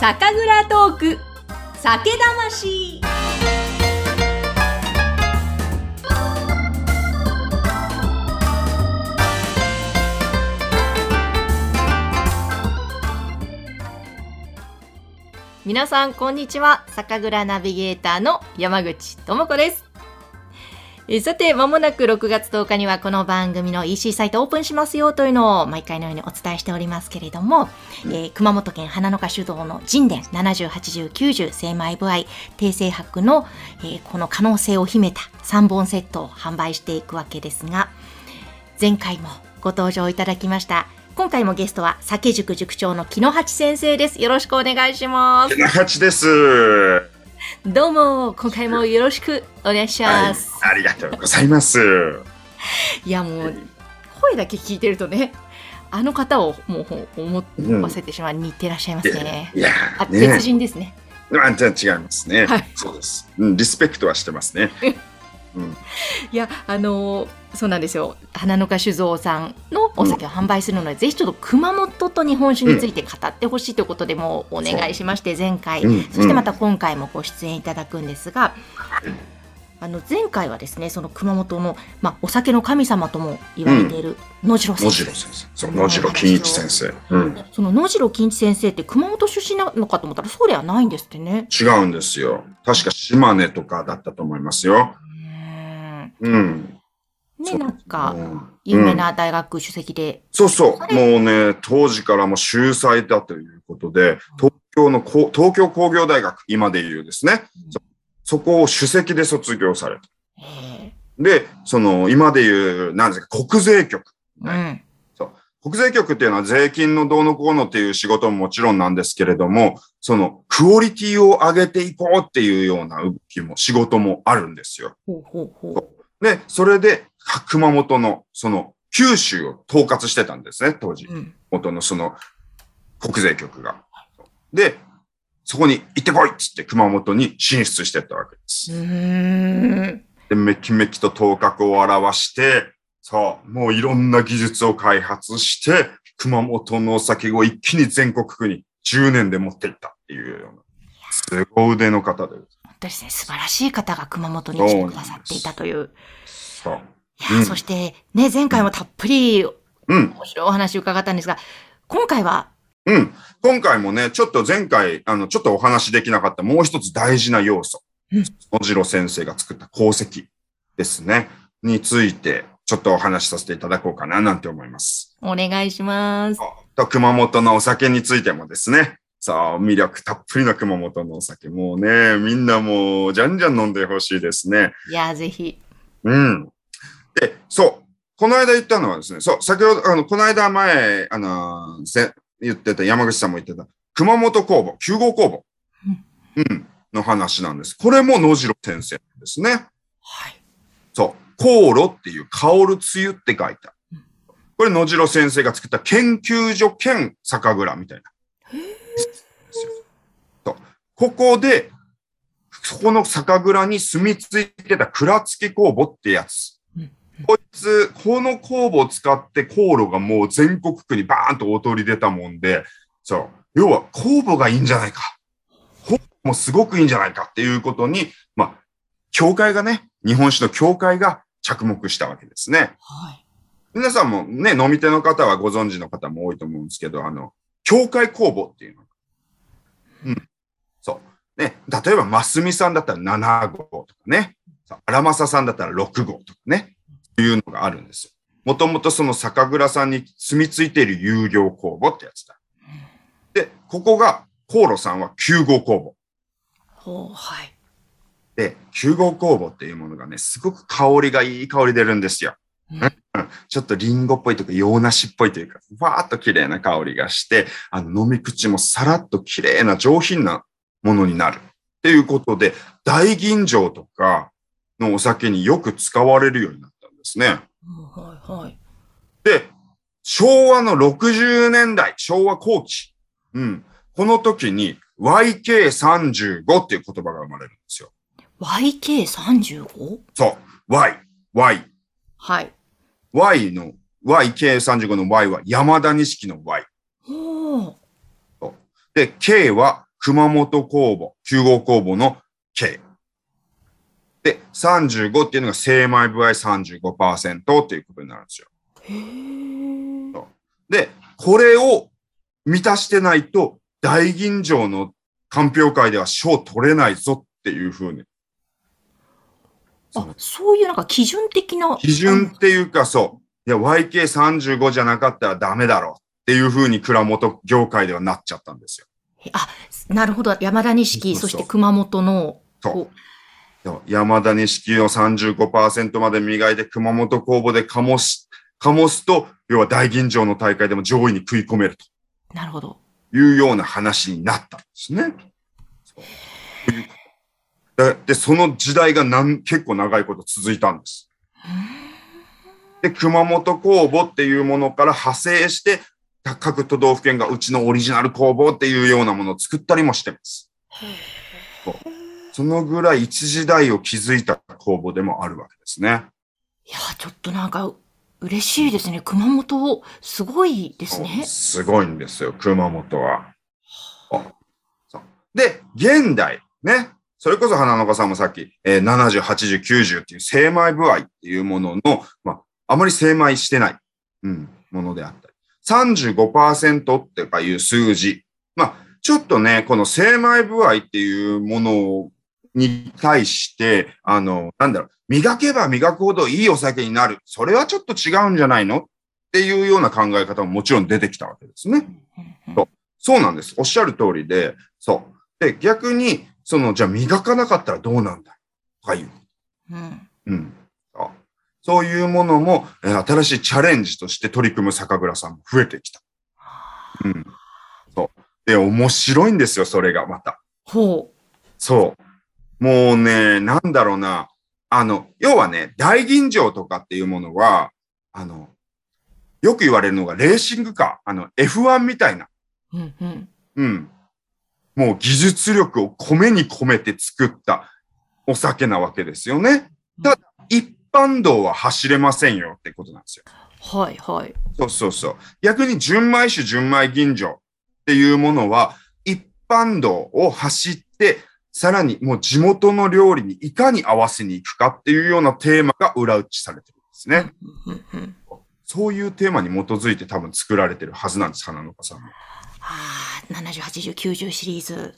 酒蔵トーク酒魂。皆さんこんにちは。酒蔵ナビゲーターの山口智子です。さて、まもなく6月10日にはこの番組の EC サイトオープンしますよというのを毎回のようにお伝えしておりますけれども、熊本県花の花酒造の神殿70、80、90精米部合低精白の、この可能性を秘めた3本セットを販売していくわけですが、前回もご登場いただきました。今回もゲストは酒塾塾長の木野八先生です。よろしくお願いします。 木野八です。 どうも、今回もよろしくお願いします。 はい、ありがとうございます。 いや、もう声だけ聞いてるとね、あの方をもう思わせてしまう、似てらっしゃいますね。 いやね、別人ですね。 じゃあ違いますね、はい、そうです、リスペクトはしてますね。 いや、そうなんですよ。花の花酒造さんのお酒を販売するので、ぜひちょっと熊本と日本酒について語ってほしいということでもお願いしまして、前回、そしてまた今回もご出演いただくんですが、前回はですね、その熊本の、お酒の神様とも言われている野次郎先生、 野次郎金一先生、 その野次郎金一先生って熊本出身なのかと思ったらそうではないんですってね。 違うんですよ。確か島根とかだったと思いますよ。 ね、なんか有名な大学首席で、 そうもうね、当時からも秀才だということで、東京工業大学、今でいうですね、そこを首席で卒業された。で、今でいう何ですか、国税局、国税局っていうのは税金のどうのこうのっていう仕事ももちろんなんですけれども、クオリティを上げていこうっていうような動きも仕事もあるんですよ。で、それで、熊本の、九州を統括してたんですね、当時。元の国税局が。で、そこに行ってこいっつって熊本に進出してったわけです。で、めきめきと頭角を現して、もういろんな技術を開発して、熊本のお酒を一気に全国区に10年で持っていったっていうような、凄腕の方で。 本当ですね、素晴らしい方が熊本に来てくださっていたという。そしてね、前回もたっぷり面白いお話を伺ったんですが、今回は今回もね、ちょっと前回、ちょっとお話できなかったもう一つ大事な要素。野次郎先生が作った功績ですね。について、ちょっとお話しさせていただこうかな、なんて思います。 お願いします。 熊本のお酒についてもですね、魅力たっぷりの熊本のお酒。もうね、みんなもう、じゃんじゃん飲んでほしいですね。 いや、ぜひ。 で、この間言ったのはですね、先ほど、この間前、言ってた、山口さんも言ってた、熊本工房、9号工房、の話なんです。これも野次郎先生なんですね。香炉っていう、香るつゆって書いた。これ野次郎先生が作った研究所兼酒蔵みたいな。ここで、そこの酒蔵に住み着いてた蔵付き工房ってやつ。この工房を使って香炉がもう全国区にバーンと躍り出たもんで、要は工房がいいんじゃないか。香炉もすごくいいんじゃないかっていうことに、協会がね、日本酒の協会が着目したわけですね。皆さんもね、飲み手の方はご存知の方も多いと思うんですけど、協会工房っていうの。ね、例えば、ますみさんだったら7号とかね、荒政さんだったら6号とかね、いうのがあるんですよ。もともとその酒蔵さんに住み着いている有料工房ってやつだ。で、ここが、香炉さんは9号工房。で、9号工房っていうものがね、すごくいい香り出るんですよ。ちょっとリンゴっぽいというか、洋梨っぽいというか、わーっと綺麗な香りがして、飲み口もさらっと綺麗な上品なものになる。っていうことで、大吟醸とかのお酒によく使われるようになったんですね。で、昭和の60年代、昭和後期。この時に YK35 っていう言葉が生まれるんですよ。 YK35？ そう。Y。YK35 の Y は山田錦の Y。で、K は熊本工房、9号工房の K。で、35っていうのが精米部合 35% っていうことになるんですよ。 へー。 で、これを満たしてないと、大吟醸の鑑評会では賞取れないぞっていうふうに。 そういうなんか基準的な。 基準っていうか、いや、YK35 じゃなかったらダメだろうっていうふうに蔵元業界ではなっちゃったんですよ。 なるほど。山田錦、そして熊本の。 山田錦の 35% まで磨いて熊本工房で醸すと、要は大吟醸の大会でも上位に食い込めると。 なるほど。 いうような話になったんですね。で、その時代が結構長いこと続いたんです。で、熊本工房っていうものから派生して、各都道府県がうちのオリジナル工房っていうようなものを作ったりもしてます。そのぐらい一時代を築いた工房でもあるわけですね。 いや、ちょっとなんか嬉しいですね。熊本、すごいですね。 すごいんですよ、熊本は。で、現代、ね。それこそ花中さんもさっき、70、80、90っていう精米部合っていうものの、あまり精米してない、ものであったり。35% っていう数字。ちょっとね、この精米部合っていうものに対して、磨けば磨くほどいいお酒になる。それはちょっと違うんじゃないのっていうような考え方ももちろん出てきたわけですね。そうなんです。おっしゃる通りで、で、逆に、じゃあ磨かなかったらどうなんだとかいう。そういうものも、新しいチャレンジとして取り組む酒蔵さんも増えてきた。で、面白いんですよ、それがまた。もうね、なんだろうな。要はね、大吟醸とかっていうものは、よく言われるのがレーシングカー、F1 みたいな。もう技術力を米に込めて作ったお酒なわけですよね。ただ、一般道は走れませんよってことなんですよ。逆に純米酒、純米吟醸っていうものは、一般道を走って、さらにもう地元の料理にいかに合わせに行くかっていうようなテーマが裏打ちされてるんですね。そういうテーマに基づいて多分作られてるはずなんです、花中さんも。 70、80、90シリーズ。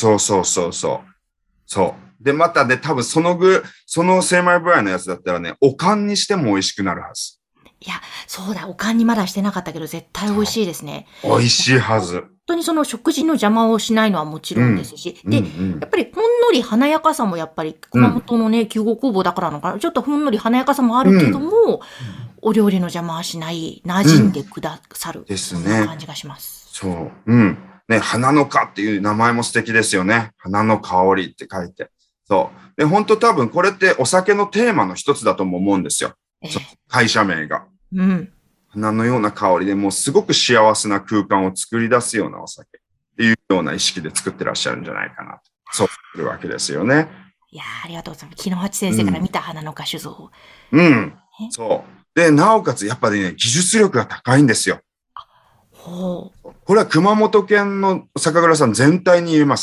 で、またね、多分その精米部合のやつだったらね、おかんにしても美味しくなるはず。 いや、そうだ、おかんにまだしてなかったけど、絶対美味しいですね。 美味しいはず。 本当にその食事の邪魔をしないのはもちろんですし、で、やっぱりほんのり華やかさもやっぱり熊本のね、9号工房だからのかな、ちょっとほんのり華やかさもあるけども、お料理の邪魔はしない、馴染んでくださる、 ですね。 そんな感じがします。 ね、花の香っていう名前も素敵ですよね。花の香りって書いて。で、本当多分これってお酒のテーマの一つだとも思うんですよ。会社名が。花のような香りでもうすごく幸せな空間を作り出すようなお酒っていうような意識で作ってらっしゃるんじゃないかなと。そうするわけですよね。 いやありがとうございます。木之八先生から見た花の歌酒像。 で、なおかつやっぱりね、技術力が高いんですよ。これは熊本県の酒蔵さん全体に言えます。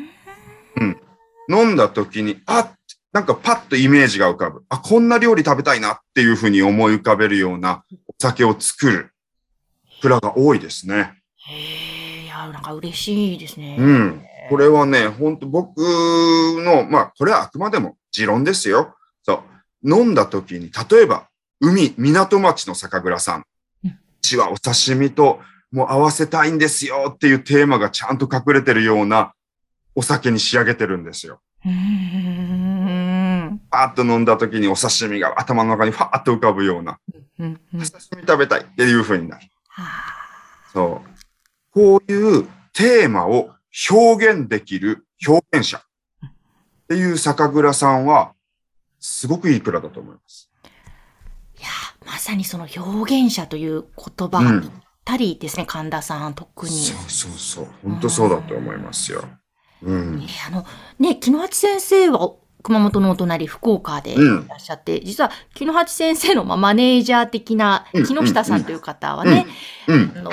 飲んだ時に、なんかパッとイメージが浮かぶ。こんな料理食べたいなっていうふうに思い浮かべるようなお酒を作る蔵が多いですね。 いや、なんか嬉しいですね。 これはね、本当僕の、これはあくまでも持論ですよ。飲んだ時に、例えば、港町の酒蔵さん。うちはお刺身ともう合わせたいんですよっていうテーマがちゃんと隠れてるようなお酒に仕上げてるんですよ。パーッと飲んだ時にお刺身が頭の中にファーッと浮かぶような。お刺身食べたいっていう風になる。こういうテーマを表現できる表現者っていう酒蔵さんはすごくいい蔵だと思います。 いや、まさにその表現者という言葉がぴったりですね、神田さん、特に。 そう。本当そうだと思いますよ。 木之八先生は熊本のお隣、福岡でいらっしゃって、実は木之八先生のマネージャー的な木下さんという方はね、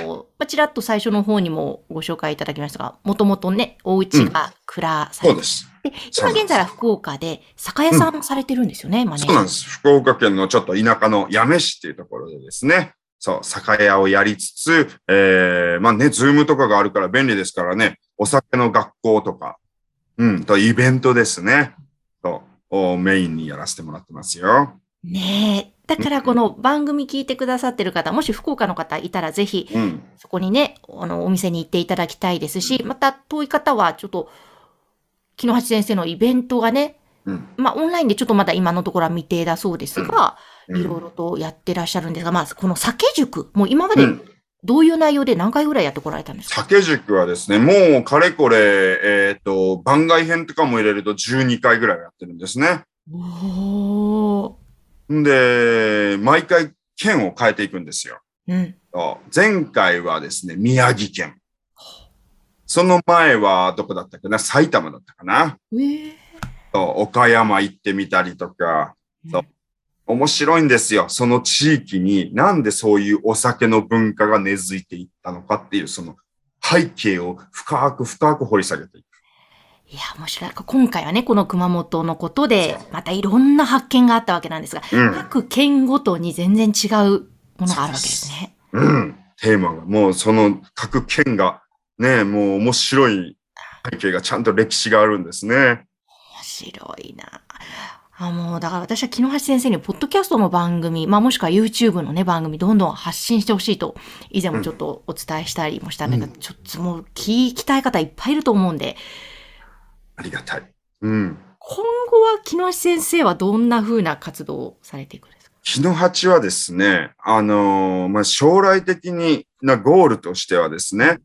ちらっと最初の方にもご紹介いただきましたが、もともとね、お家が蔵されて、 そうです。 で、今現在は福岡で酒屋さんされてるんですよね、マネージャー。 そうなんです。福岡県のちょっと田舎の八女市っていうところでですね、そう、酒屋をやりつつ、まあね、ズームとかがあるから便利ですからね、お酒の学校とか、とイベントですね、をメインにやらせてもらってますよ。 ねえ。だからこの番組聞いてくださってる方、もし福岡の方いたらぜひ、そこにね、お店に行っていただきたいですし、また遠い方はちょっと、木野八先生のイベントがね、まあオンラインでちょっとまだ今のところは未定だそうですが、いろいろとやってらっしゃるんですが、まあこの酒塾、もう今までどういう内容で何回ぐらいやってこられたんですか？ 酒塾はですね、もうかれこれ、番外編とかも入れると12回ぐらいやってるんですね。 おー。 で、毎回県を変えていくんですよ。前回はですね、宮城県。その前はどこだったかな、埼玉だったかな。岡山行ってみたりとか、面白いんですよ。その地域になんでそういうお酒の文化が根付いていったのかっていう、その背景を深く掘り下げていく。 いや、面白い。今回はね、この熊本のことで、またいろんな発見があったわけなんですが、各県ごとに全然違うものがあるわけですね。 テーマが、もうその各県がね、もう面白い背景がちゃんと歴史があるんですね。面白いな。もう、だから私は木野橋先生に、ポッドキャストの番組、まあもしくは YouTube のね、番組、どんどん発信してほしいと、以前もちょっとお伝えしたりもしたんだけど、ちょっともう聞きたい方いっぱいいると思うんで。 ありがたい。 今後は木野橋先生はどんな風な活動をされていくんですか？ 木野八はですね、まあ、将来的なゴールとしてはですね、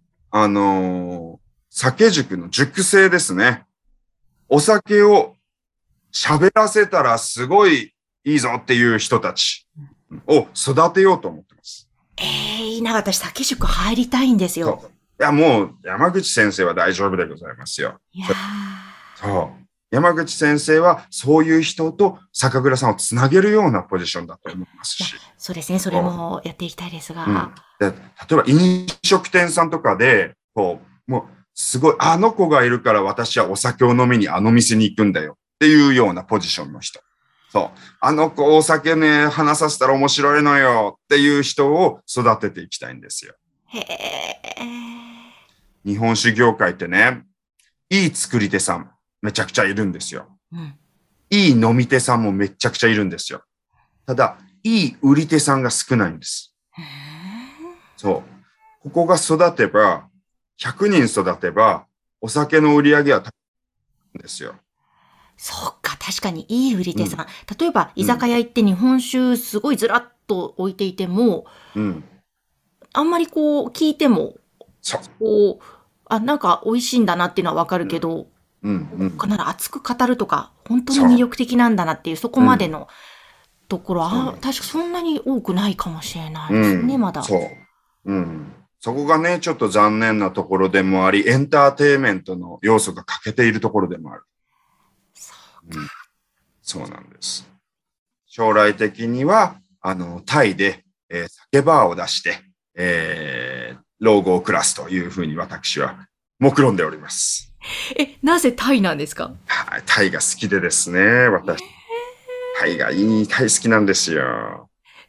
酒塾の塾生ですね。お酒を喋らせたらすごいいいぞっていう人たちを育てようと思ってます。 いいな、私酒塾入りたいんですよ。 いや、もう山口先生は大丈夫でございますよ。山口先生はそういう人と酒蔵さんをつなげるようなポジションだと思いますし。 そうですね、それもやっていきたいですが。 例えば飲食店さんとかで、もうすごい、あの子がいるから私はお酒を飲みにあの店に行くんだよっていうようなポジションの人。あの子お酒ね、話させたら面白いのよっていう人を育てていきたいんですよ。日本酒業界ってね、いい作り手さんめちゃくちゃいるんですよ。いい飲み手さんもめちゃくちゃいるんですよ。ただ、いい売り手さんが少ないんです。ここが育てば、100人育てば、お酒の売り上げは高いんですよ。 そっか、確かにいい売り手さん。例えば、居酒屋行って日本酒すごいずらっと置いていても、あんまりこう聞いても、なんか美味しいんだなっていうのはわかるけど、かなり熱く語るとか、本当に魅力的なんだなっていう、そこまでのところは、確かそんなに多くないかもしれないですね、まだ。 そこがね、ちょっと残念なところでもあり、エンターテインメントの要素が欠けているところでもある。そうなんです。将来的には、タイで、酒バーを出して、老後を暮らすというふうに私は目論んでおります。 なぜタイなんですか？ タイが好きでですね、私。タイ大好きなんですよ。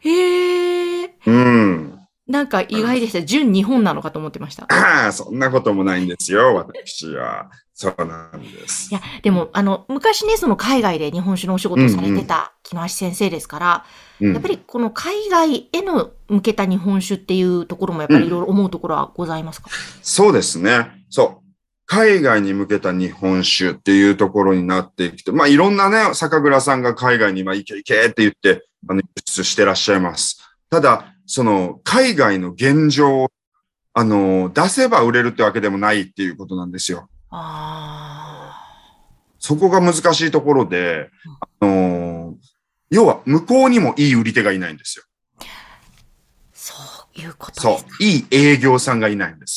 なんか意外でした。純日本なのかと思ってました。 そんなこともないんですよ、私は。そうなんです。 いや、でも、昔ね、その海外で日本酒のお仕事をされてた木野橋先生ですから、やっぱりこの海外への向けた日本酒っていうところもやっぱりいろいろ思うところはございますか？ そうですね。海外に向けた日本酒っていうところになっていくと、まあいろんなね、酒蔵さんが海外に行け行けって言って、輸出してらっしゃいます。ただ、その海外の現状を、出せば売れるってわけでもないっていうことなんですよ。そこが難しいところで、要は向こうにもいい売り手がいないんですよ。 そういうことですか。 いい営業さんがいないんです。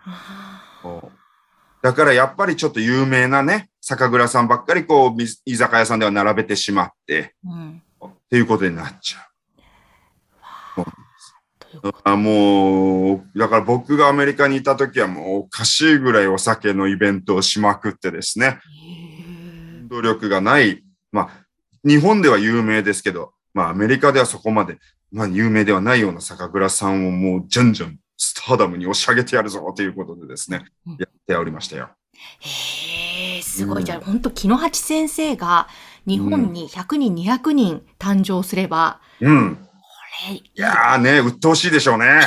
だからやっぱりちょっと有名なね、酒蔵さんばっかり居酒屋さんでは並べてしまって、っていうことになっちゃう。 といもう、だから僕がアメリカにいた時はもうおかしいぐらいお酒のイベントをしまくってですね、努力がない、日本では有名ですけど、アメリカではそこまで、有名ではないような酒蔵さんをもうじゃんじゃんスターダムに押し上げてやるぞということでですね、やっておりましたよ。 へえ、すごい。じゃあ、本当木野八先生が日本に100人、200人誕生すれば、これ、 いやーね、鬱陶しいでしょうね。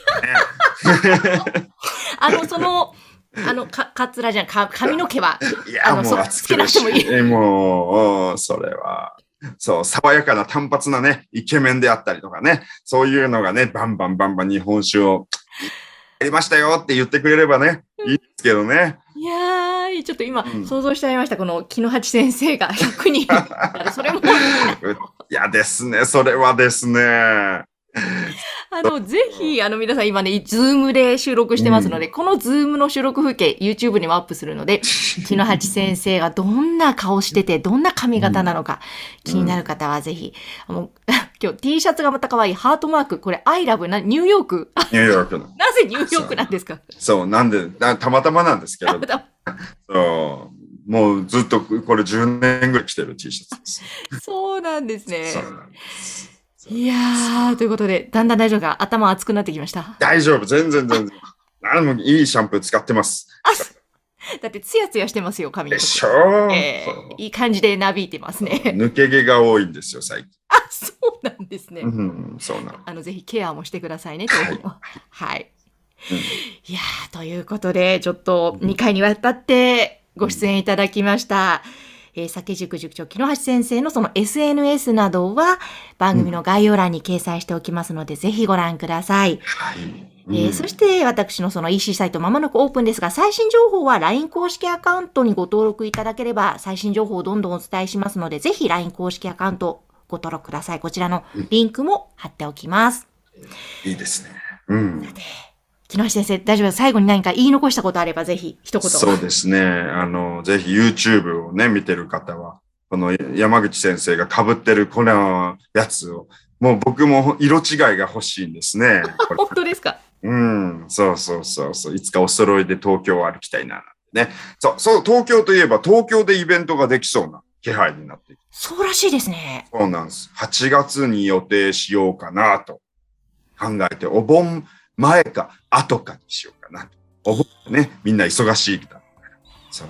かつらじゃん、髪の毛は、 いや、もうつけなくてもいい。 もう、それは、そう、爽やかな単発なね、イケメンであったりとかね、そういうのがね、バンバン日本酒を、やりましたよって言ってくれればね、いいですけどね。 いやー、ちょっと今、想像しちゃいました。この木野八先生が100人。それも。 いやですね、それはですね。 ぜひ、皆さん今ね、ズームで収録してますので、このズームの収録風景、YouTube にもアップするので、木野八先生がどんな顔してて、どんな髪型なのか、気になる方はぜひ、今日 T シャツがまた可愛いハートマーク、これ、I love ニューヨークニューヨークの。 なぜニューヨークなんですか？ そう、なんで、たまたまなんですけど。そう、もうずっとこれ10年ぐらい着てる T シャツです。 そうなんですね。 そうなんです。 いやー、ということで、だんだん大丈夫か？頭熱くなってきました。 大丈夫、全然。もいいシャンプー使ってます。 だって、ツヤツヤしてますよ、髪の毛。 でしょいい感じでなびいてますね。 抜け毛が多いんですよ、最近。 そうなんですね。 そうなの。 ぜひケアもしてくださいね、はい。いやー、ということで、ちょっと2回にわたってご出演いただきました。酒塾塾長、木野橋先生のその SNS などは番組の概要欄に掲載しておきますので、ぜひご覧ください。そして私のその EC サイトまもなくオープンですが、最新情報は LINE 公式アカウントにご登録いただければ最新情報をどんどんお伝えしますので、ぜひ LINE 公式アカウントご登録ください。こちらのリンクも貼っておきます。 いいですね。 木野橋先生、大丈夫です。最後に何か言い残したことあればぜひ一言。 そうですね。ぜひ YouTube をね、見てる方は、この山口先生が被ってるこのやつを、もう僕も色違いが欲しいんですね。 本当ですか？ そう。いつかお揃いで東京を歩きたいな。ね。そう、東京といえば東京でイベントができそうな気配になっている。 そうらしいですね。 そうなんです。8月に予定しようかなと考えて、お盆前か後かにしようかなと。お盆ね、みんな忙しいから。そう。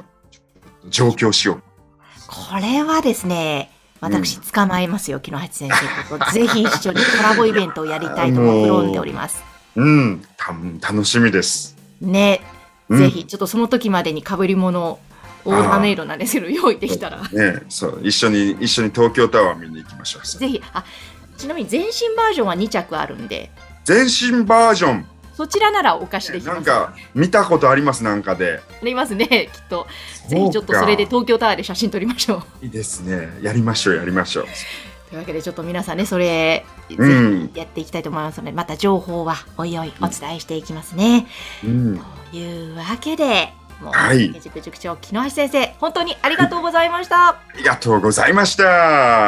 上京しよう。 これはですね、私捕まえますよ、木野八先生と。ぜひ一緒にコラボイベントをやりたいと目論んでおります。 楽しみです。 ね、ぜひちょっとその時までに被り物オーダーメイドなんですけど用意できたら。 そう、一緒に東京タワー見に行きましょう。 ぜひ、ちなみに全身バージョンは2着あるんで。 全身バージョン。 そちらならお貸しできます。 なんか見たことあります、なんかで。 ありますね、きっと。ぜひちょっとそれで東京タワーで写真撮りましょう。いいですね。やりましょう。というわけでちょっと皆さんね、それぜひやっていきたいと思いますので、また情報はおいおいお伝えしていきますね。というわけで、もう酒塾塾長木野橋先生、本当にありがとうございました。 ありがとうございました。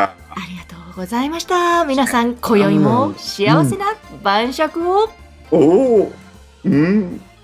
皆さん、今宵も幸せな晩酌を。